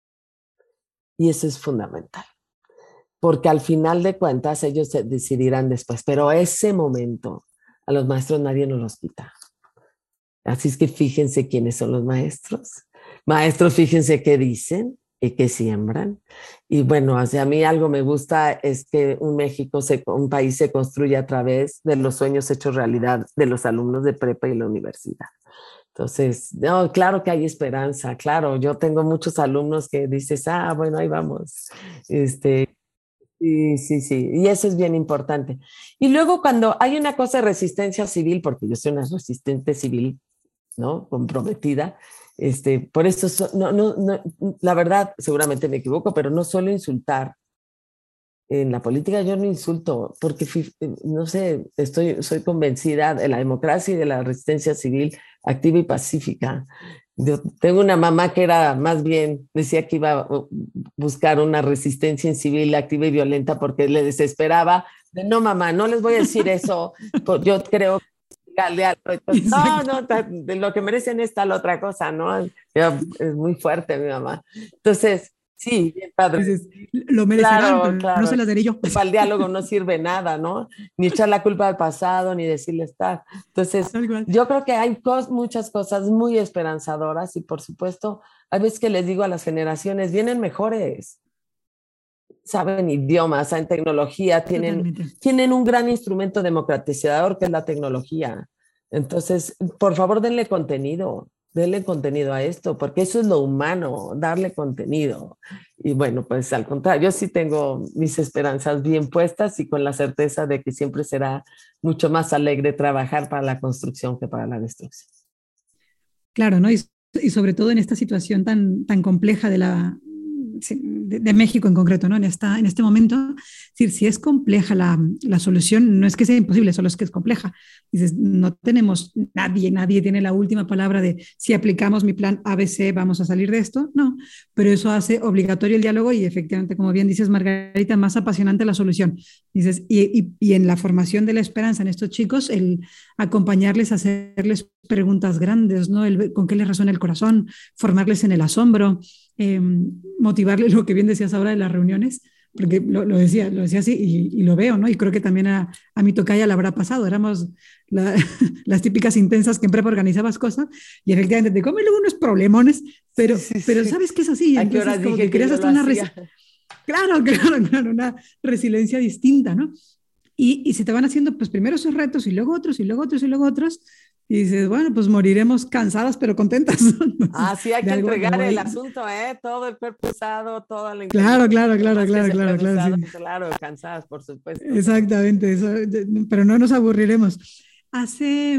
Y eso es fundamental, porque al final de cuentas ellos se decidirán después, pero ese momento a los maestros nadie nos los quita. Así es que fíjense quiénes son los maestros. Maestros, fíjense qué dicen y qué siembran. Y bueno, hacia mí algo me gusta es que un país se construye a través de los sueños hechos realidad de los alumnos de prepa y la universidad. Entonces, no, claro que hay esperanza, claro. Yo tengo muchos alumnos que dices, bueno, ahí vamos. Sí, sí, sí, y eso es bien importante. Y luego cuando hay una cosa de resistencia civil, porque yo soy una resistente civil, ¿no? Comprometida, por eso, la verdad, seguramente me equivoco, pero no suelo insultar. En la política yo no insulto, porque no sé, soy convencida de la democracia y de la resistencia civil activa y pacífica. Yo tengo una mamá que era más bien, decía que iba a buscar una resistencia en civil activa y violenta porque le desesperaba. No, mamá, no les voy a decir eso. Yo creo que no, de lo que merecen es tal otra cosa, ¿no? Es muy fuerte mi mamá. Entonces, sí, bien padre. Dices, lo merecerán, Claro, pero no se claro. las daré yo. Para el diálogo no sirve nada, ¿no? Ni echar la culpa al pasado, ni decirle estar. Entonces, yo creo que hay muchas cosas muy esperanzadoras y por supuesto, hay veces que les digo a las generaciones, vienen mejores, saben idiomas, saben tecnología, tienen un gran instrumento democratizador que es la tecnología. Entonces, por favor, denle contenido a esto, porque eso es lo humano, darle contenido. Y bueno, pues al contrario, yo sí tengo mis esperanzas bien puestas y con la certeza de que siempre será mucho más alegre trabajar para la construcción que para la destrucción. Claro, ¿no? Y sobre todo en esta situación tan compleja de México en concreto, ¿no? En este momento, es decir, si es compleja la solución, no es que sea imposible, solo es que es compleja. Dices, no tenemos, nadie tiene la última palabra de si aplicamos mi plan ABC vamos a salir de esto, no, pero eso hace obligatorio el diálogo y efectivamente, como bien dices, Margarita, más apasionante la solución. Dices, y en la formación de la esperanza en estos chicos, el acompañarles, hacerles preguntas grandes, ¿no? Con qué les resuena el corazón, formarles en el asombro, motivarles, lo que bien decías ahora de las reuniones, porque lo decía así y lo veo, ¿no? Y creo que también a mi tocaya le habrá pasado, éramos las típicas intensas que en prepa organizabas cosas y efectivamente te comen luego unos problemones, pero sabes que es así. ¿A qué horas como dije que querías hasta claro, una resiliencia distinta, ¿no? Y se te van haciendo, pues primero esos retos y luego otros y luego otros y luego otros. Y dices, bueno, pues moriremos cansadas pero contentas. Entonces, sí, hay que entregar el asunto, todo el cuerpo usado, toda la Claro, claro, cansadas, por supuesto. Exactamente, eso, pero no nos aburriremos. Hace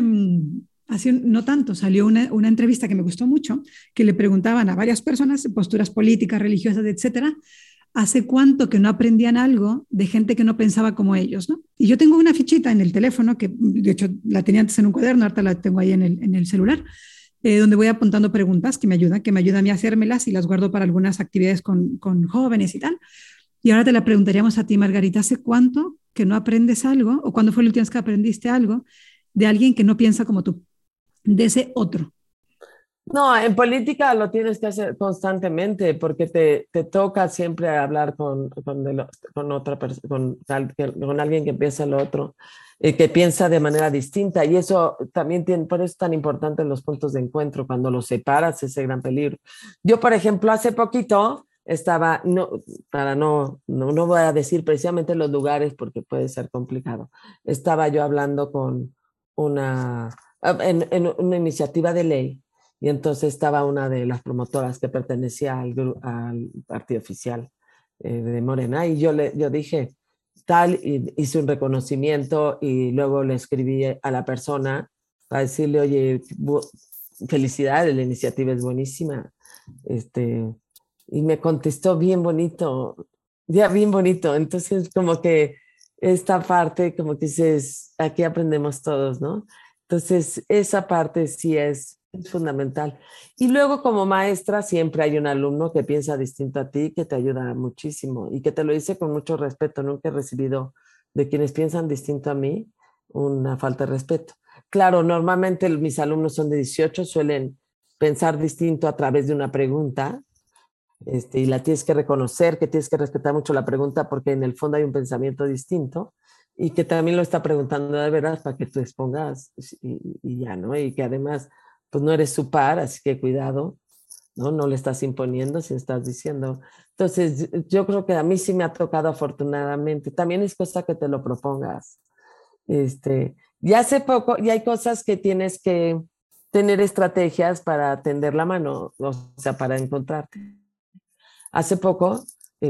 no tanto salió una entrevista que me gustó mucho, que le preguntaban a varias personas, posturas políticas, religiosas, etcétera, ¿hace cuánto que no aprendían algo de gente que no pensaba como ellos? ¿No? Y yo tengo una fichita en el teléfono, que de hecho la tenía antes en un cuaderno, ahorita la tengo ahí en el celular, donde voy apuntando preguntas que me ayudan a mí a hacérmelas y las guardo para algunas actividades con jóvenes y tal. Y ahora te la preguntaríamos a ti, Margarita, ¿hace cuánto que no aprendes algo o cuándo fue la última vez que aprendiste algo de alguien que no piensa como tú, de ese otro? No, en política lo tienes que hacer constantemente porque te toca siempre hablar con otra persona, con alguien que piensa lo otro, que piensa de manera distinta. Y eso también por eso es tan importante los puntos de encuentro, cuando los separas, ese gran peligro. Yo, por ejemplo, hace poquito estaba, no voy a decir precisamente los lugares porque puede ser complicado, estaba yo hablando con en una iniciativa de ley. Y entonces estaba una de las promotoras que pertenecía al partido oficial de Morena y yo dije tal, y hice un reconocimiento y luego le escribí a la persona para decirle, oye, felicidades, la iniciativa es buenísima. Y me contestó bien bonito, ya bien bonito. Entonces como que esta parte, como que dices, aquí aprendemos todos, ¿no? Entonces esa parte sí es fundamental. Y luego como maestra siempre hay un alumno que piensa distinto a ti, que te ayuda muchísimo y que te lo dice con mucho respeto. Nunca he recibido de quienes piensan distinto a mí una falta de respeto. Claro, normalmente mis alumnos son de 18, suelen pensar distinto a través de una pregunta, y la tienes que reconocer, que tienes que respetar mucho la pregunta porque en el fondo hay un pensamiento distinto y que también lo está preguntando de veras para que tú expongas y ya, ¿no? Y que además pues no eres su par, así que cuidado, ¿no? No le estás imponiendo, si estás diciendo. Entonces, yo creo que a mí sí me ha tocado afortunadamente. También es cosa que te lo propongas. Y hace poco, y hay cosas que tienes que tener estrategias para tender la mano, o sea, para encontrarte. Hace poco,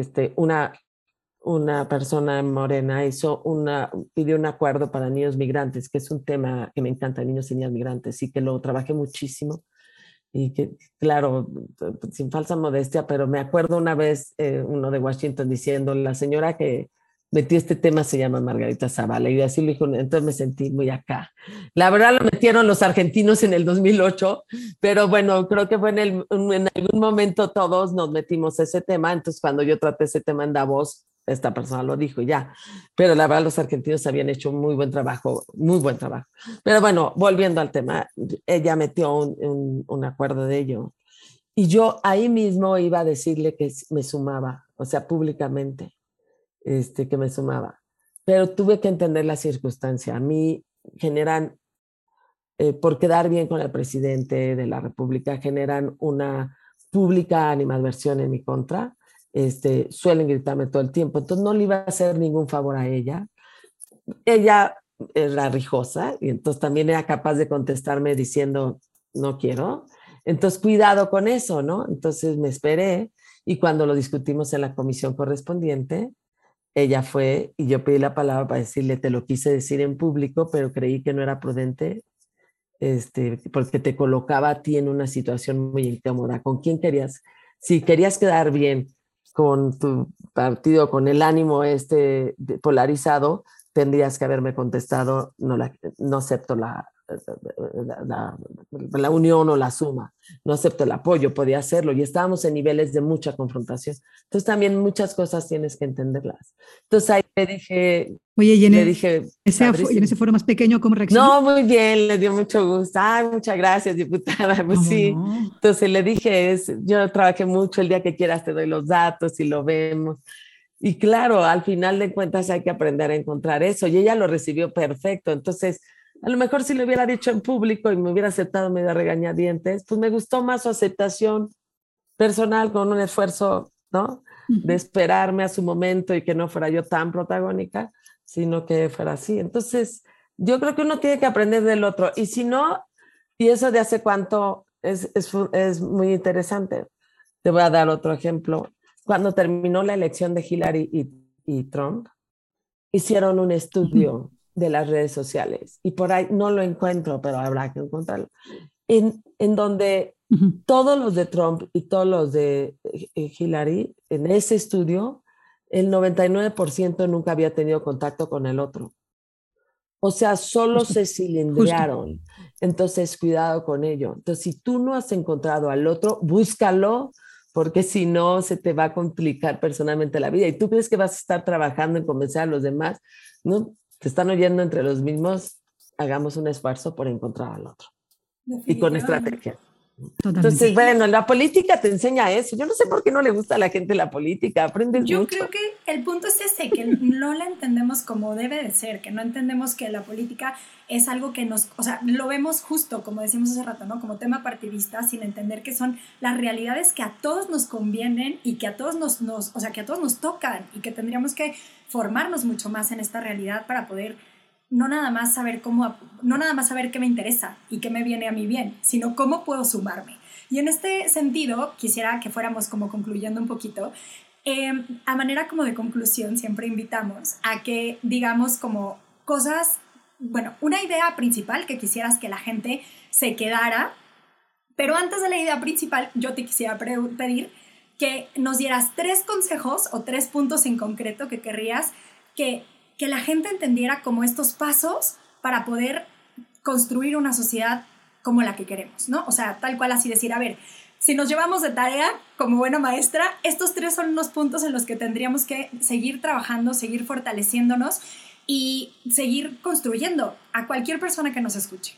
una persona morena pidió un acuerdo para niños migrantes, que es un tema que me encanta, niños y niñas migrantes, y que lo trabajé muchísimo. Y que, claro, sin falsa modestia, pero me acuerdo una vez uno de Washington diciendo, la señora que metió este tema se llama Margarita Zavala, y así lo dijo, entonces me sentí muy acá. La verdad lo metieron los argentinos en el 2008, pero bueno, creo que fue en algún momento todos nos metimos ese tema, entonces cuando yo traté ese tema en Davos, esta persona lo dijo ya, pero la verdad los argentinos habían hecho muy buen trabajo, muy buen trabajo. Pero bueno, volviendo al tema, ella metió un acuerdo de ello. Y yo ahí mismo iba a decirle que me sumaba, o sea, públicamente, que me sumaba. Pero tuve que entender la circunstancia. A mí generan, por quedar bien con el presidente de la República, generan una pública animadversión en mi contra. Suelen gritarme todo el tiempo. Entonces no le iba a hacer ningún favor a ella. Ella era rijosa y entonces también era capaz de contestarme diciendo, no quiero. Entonces, cuidado con eso, ¿no? Entonces me esperé y cuando lo discutimos en la comisión correspondiente, ella fue y yo pedí la palabra para decirle, te lo quise decir en público, pero creí que no era prudente, porque te colocaba a ti en una situación muy incómoda. ¿Con quién querías? Si querías quedar bien con tu partido, con el ánimo polarizado, tendrías que haberme contestado, no acepto la unión o la suma, no acepto el apoyo, podía hacerlo y estábamos en niveles de mucha confrontación. Entonces también muchas cosas tienes que entenderlas. Entonces ahí le dije, oye, y en ese foro más pequeño, ¿cómo reaccionó? No, muy bien, le dio mucho gusto. Ay, muchas gracias, diputada. Pues sí. No? Entonces le dije, yo trabajé mucho, el día que quieras te doy los datos y lo vemos. Y claro, al final de cuentas hay que aprender a encontrar eso. Y ella lo recibió perfecto. Entonces, a lo mejor si lo hubiera dicho en público y me hubiera aceptado medio a regañadientes, pues me gustó más su aceptación personal con un esfuerzo, ¿no? De esperarme a su momento y que no fuera yo tan protagónica, sino que fuera así. Entonces, yo creo que uno tiene que aprender del otro. Y si no, y eso de hace cuánto es muy interesante. Te voy a dar otro ejemplo. Cuando terminó la elección de Hillary y Trump, hicieron un estudio de las redes sociales. Y por ahí no lo encuentro, pero habrá que encontrarlo. En donde todos los de Trump y todos los de Hillary, en ese estudio, el 99% nunca había tenido contacto con el otro. O sea, solo se cilindrearon. Entonces, cuidado con ello. Entonces, si tú no has encontrado al otro, búscalo, porque si no, se te va a complicar personalmente la vida. Y tú crees que vas a estar trabajando en convencer a los demás, ¿no? Te están oyendo entre los mismos, hagamos un esfuerzo por encontrar al otro. Y con estrategia. Totalmente. Entonces, bueno, la política te enseña eso. Yo no sé por qué no le gusta a la gente la política, aprendes mucho. Yo creo que el punto es ese, que no la entendemos como debe de ser, que no entendemos que la política es algo que o sea, lo vemos justo, como decimos hace rato, ¿no? Como tema partidista, sin entender que son las realidades que a todos nos convienen y que a todos o sea, que a todos nos tocan y que tendríamos que formarnos mucho más en esta realidad para poder no nada más saber qué me interesa y qué me viene a mí bien, sino cómo puedo sumarme. Y en este sentido, quisiera que fuéramos como concluyendo un poquito. A manera como de conclusión, siempre invitamos a que digamos como cosas, bueno, una idea principal que quisieras que la gente se quedara, pero antes de la idea principal, yo te quisiera pedir que nos dieras 3 consejos o 3 puntos en concreto que querrías que la gente entendiera como estos pasos para poder construir una sociedad como la que queremos, ¿no? O sea, tal cual así decir, a ver, si nos llevamos de tarea como buena maestra, estos 3 son unos puntos en los que tendríamos que seguir trabajando, seguir fortaleciéndonos y seguir construyendo a cualquier persona que nos escuche.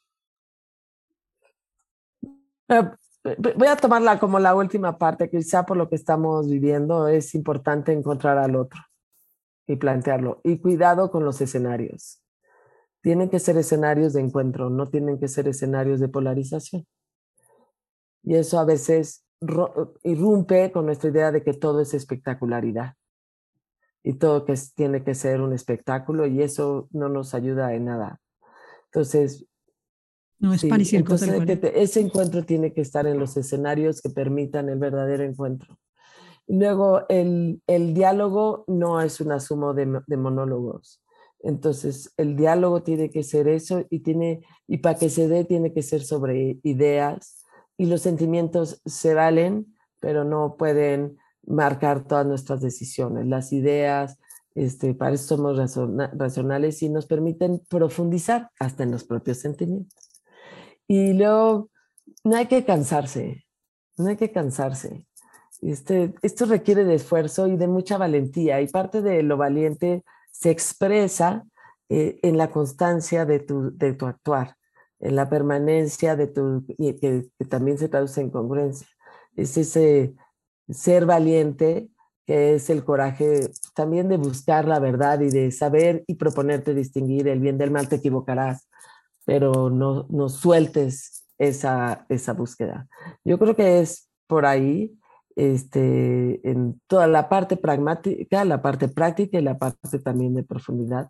Voy a tomarla como la última parte, quizá por lo que estamos viviendo es importante encontrar al otro y plantearlo. Y cuidado con los escenarios. tienen que ser escenarios de encuentro, no tienen que ser escenarios de polarización. Y eso a veces irrumpe con nuestra idea de que todo es espectacularidad y todo tiene que ser un espectáculo, y eso no nos ayuda en nada. Entonces, no es pan y circo, entonces ese encuentro tiene que estar en los escenarios que permitan el verdadero encuentro. Luego, el diálogo no es una suma de monólogos. Entonces, el diálogo tiene que ser eso, y para que se dé tiene que ser sobre ideas, y los sentimientos se valen, pero no pueden marcar todas nuestras decisiones. Las ideas, para eso somos racionales y nos permiten profundizar hasta en los propios sentimientos. Y luego, no hay que cansarse, no hay que cansarse. Esto requiere de esfuerzo y de mucha valentía, y parte de lo valiente se expresa en la constancia de tu actuar, en la permanencia y que también se traduce en congruencia. Es ese ser valiente que es el coraje también de buscar la verdad y de saber y proponerte distinguir el bien del mal. Te equivocarás, pero no sueltes esa búsqueda. Yo creo que es por ahí, en toda la parte pragmática, la parte práctica y la parte también de profundidad,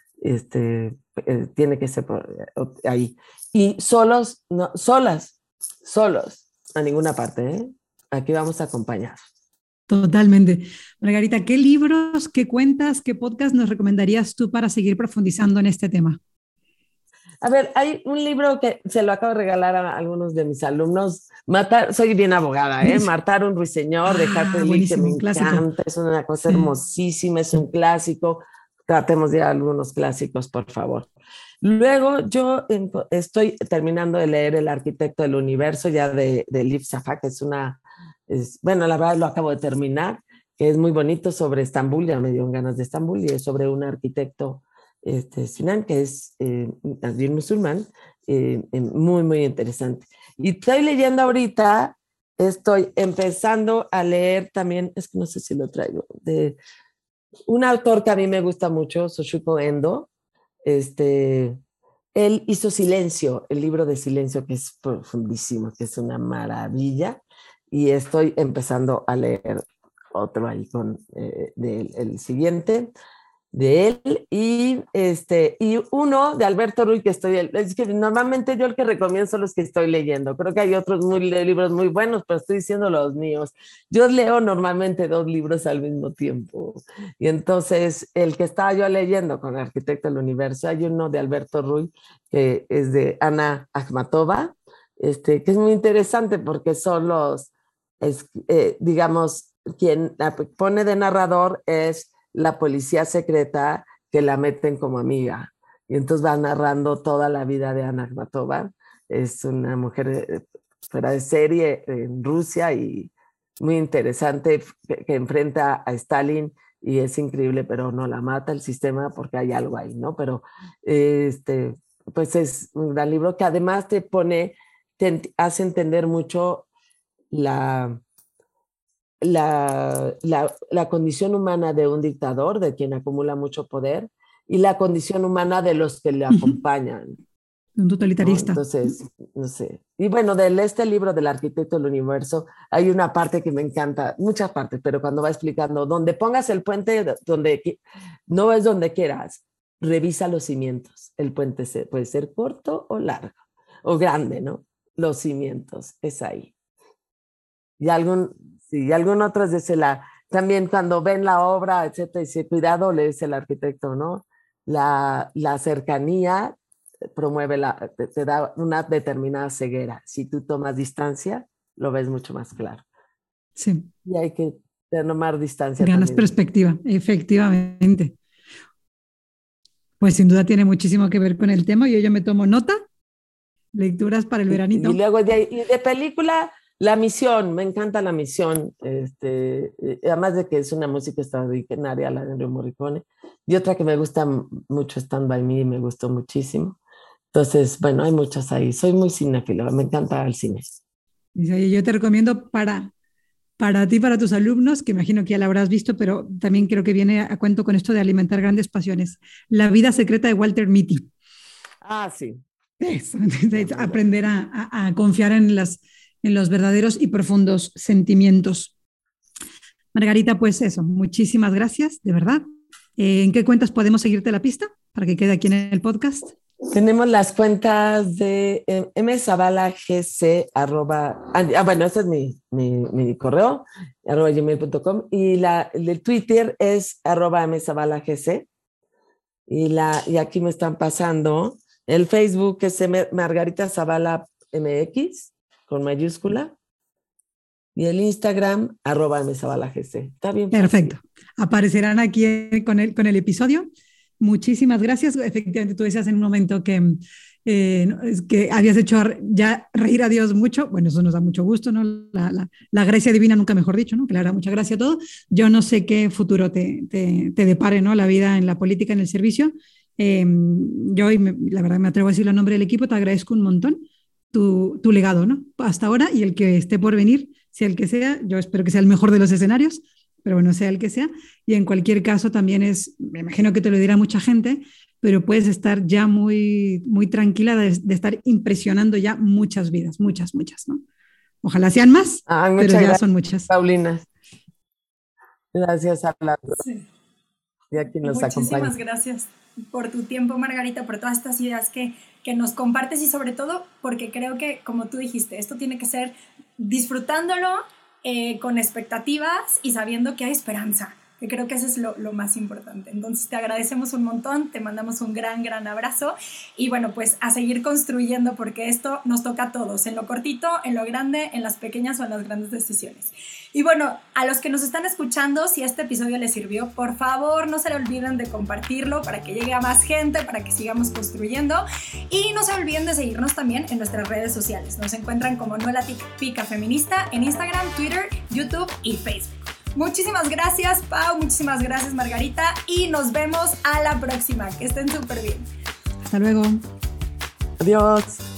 tiene que ser ahí. Y solos, a ninguna parte, ¿eh? Aquí vamos a acompañar. Totalmente. Margarita, ¿qué libros, qué cuentas, qué podcast nos recomendarías tú para seguir profundizando en este tema? A ver, hay un libro que se lo acabo de regalar a algunos de mis alumnos. Soy bien abogada, ¿eh? Matar un ruiseñor de Harper Lee, que me encanta. Es una cosa hermosísima, es un clásico. Tratemos de algunos clásicos, por favor. Luego yo estoy terminando de leer El arquitecto del universo, ya de Liv Shafak, que bueno, la verdad lo acabo de terminar, que es muy bonito, sobre Estambul, ya me dio ganas de Estambul, y es sobre un arquitecto Sinan, que es también musulmán, muy, muy interesante. Y estoy leyendo ahorita, estoy empezando a leer también, es que no sé si lo traigo, de un autor que a mí me gusta mucho, Soshuko Endo. Él hizo Silencio, el libro de Silencio, que es profundísimo, que es una maravilla, y estoy empezando a leer otro ahí el siguiente de él, y uno de Alberto Ruy, que es que normalmente yo el que recomiendo son los que estoy leyendo. Creo que hay otros libros muy buenos, pero estoy diciendo los míos. Yo leo normalmente 2 libros al mismo tiempo, y entonces el que estaba yo leyendo con El arquitecto del universo, hay uno de Alberto Ruy que es de Ana Akhmatova, que es muy interesante porque son digamos, quien la pone de narrador es la policía secreta, que la meten como amiga, y entonces va narrando toda la vida de Ana Akhmatova. Es una mujer fuera de serie en Rusia, y muy interesante, que enfrenta a Stalin, y es increíble, pero no la mata el sistema porque hay algo ahí, ¿no? Pero pues es un gran libro que además te hace entender mucho la condición humana de un dictador, de quien acumula mucho poder, y la condición humana de los que le acompañan. Un totalitarista. ¿No? Entonces, no sé. Y bueno, este libro del arquitecto del universo, hay una parte que me encanta, muchas partes, pero cuando va explicando, donde pongas el puente, no es donde quieras, revisa los cimientos. El puente puede ser corto o largo, o grande, ¿no? Los cimientos, es ahí. Y algún otro también cuando ven la obra, etcétera, dice, cuidado, le dice el arquitecto, ¿no? La cercanía te da una determinada ceguera. Si tú tomas distancia, lo ves mucho más claro. Sí. Y hay que tomar distancia. Ganas también. Perspectiva, efectivamente. Pues sin duda tiene muchísimo que ver con el tema. Yo me tomo nota. Lecturas para el veranito. Y luego de película, La Misión. Me encanta La Misión. Además de que es una música extraordinaria, la de Ennio Morricone. Y otra que me gusta mucho, Stand By Me, me gustó muchísimo. Entonces, bueno, hay muchas ahí. Soy muy cinéfila, me encanta el cine. Yo te recomiendo para ti, para tus alumnos, que imagino que ya la habrás visto, pero también creo que viene a cuento con esto de alimentar grandes pasiones. La vida secreta de Walter Mitty. Sí. Eso, aprender a confiar en los verdaderos y profundos sentimientos. Margarita, pues eso, muchísimas gracias, de verdad. ¿En qué cuentas podemos seguirte la pista para que quede aquí en el podcast? Tenemos las cuentas de mzabalagc, bueno, ese es mi correo, @gmail.com, y el Twitter es @mzabalagc, y aquí me están pasando, el Facebook es Margarita Zavala MX, con mayúscula, y el Instagram, @mzabalagc. Está bien. Perfecto. Aparecerán aquí con el episodio. Muchísimas gracias. Efectivamente, tú decías en un momento que habías hecho ya reír a Dios mucho. Bueno, eso nos da mucho gusto, ¿no? La gracia divina, nunca mejor dicho, ¿no? Que le hará mucha gracia a todo. Yo no sé qué futuro te depare, ¿no? La vida en la política, en el servicio. Yo, la verdad, me atrevo a decirlo en nombre del equipo, te agradezco un montón tu legado, ¿no? Hasta ahora, y el que esté por venir, sea el que sea, yo espero que sea el mejor de los escenarios, pero bueno, sea el que sea, y en cualquier caso también me imagino que te lo dirá mucha gente, pero puedes estar ya muy, muy tranquila de estar impresionando ya muchas vidas, muchas, ¿no? Ojalá sean más, pero ya gracias, son muchas. Paulina. Gracias a las dos. Sí. Y a quien nos acompaña. Muchísimas gracias por tu tiempo, Margarita, por todas estas ideas que nos compartes, y sobre todo porque creo que, como tú dijiste, esto tiene que ser disfrutándolo, con expectativas y sabiendo que hay esperanza, que creo que eso es lo más importante. Entonces te agradecemos un montón, te mandamos un gran abrazo, y bueno, pues a seguir construyendo, porque esto nos toca a todos, en lo cortito, en lo grande, en las pequeñas o en las grandes decisiones. Y bueno, a los que nos están escuchando, si este episodio les sirvió, por favor no se le olviden de compartirlo para que llegue a más gente, para que sigamos construyendo, y no se olviden de seguirnos también en nuestras redes sociales. Nos encuentran como No La Típica Feminista en Instagram, Twitter, YouTube y Facebook. Muchísimas gracias, Pau, muchísimas gracias, Margarita, y nos vemos a la próxima. Que estén súper bien. Hasta luego. Adiós.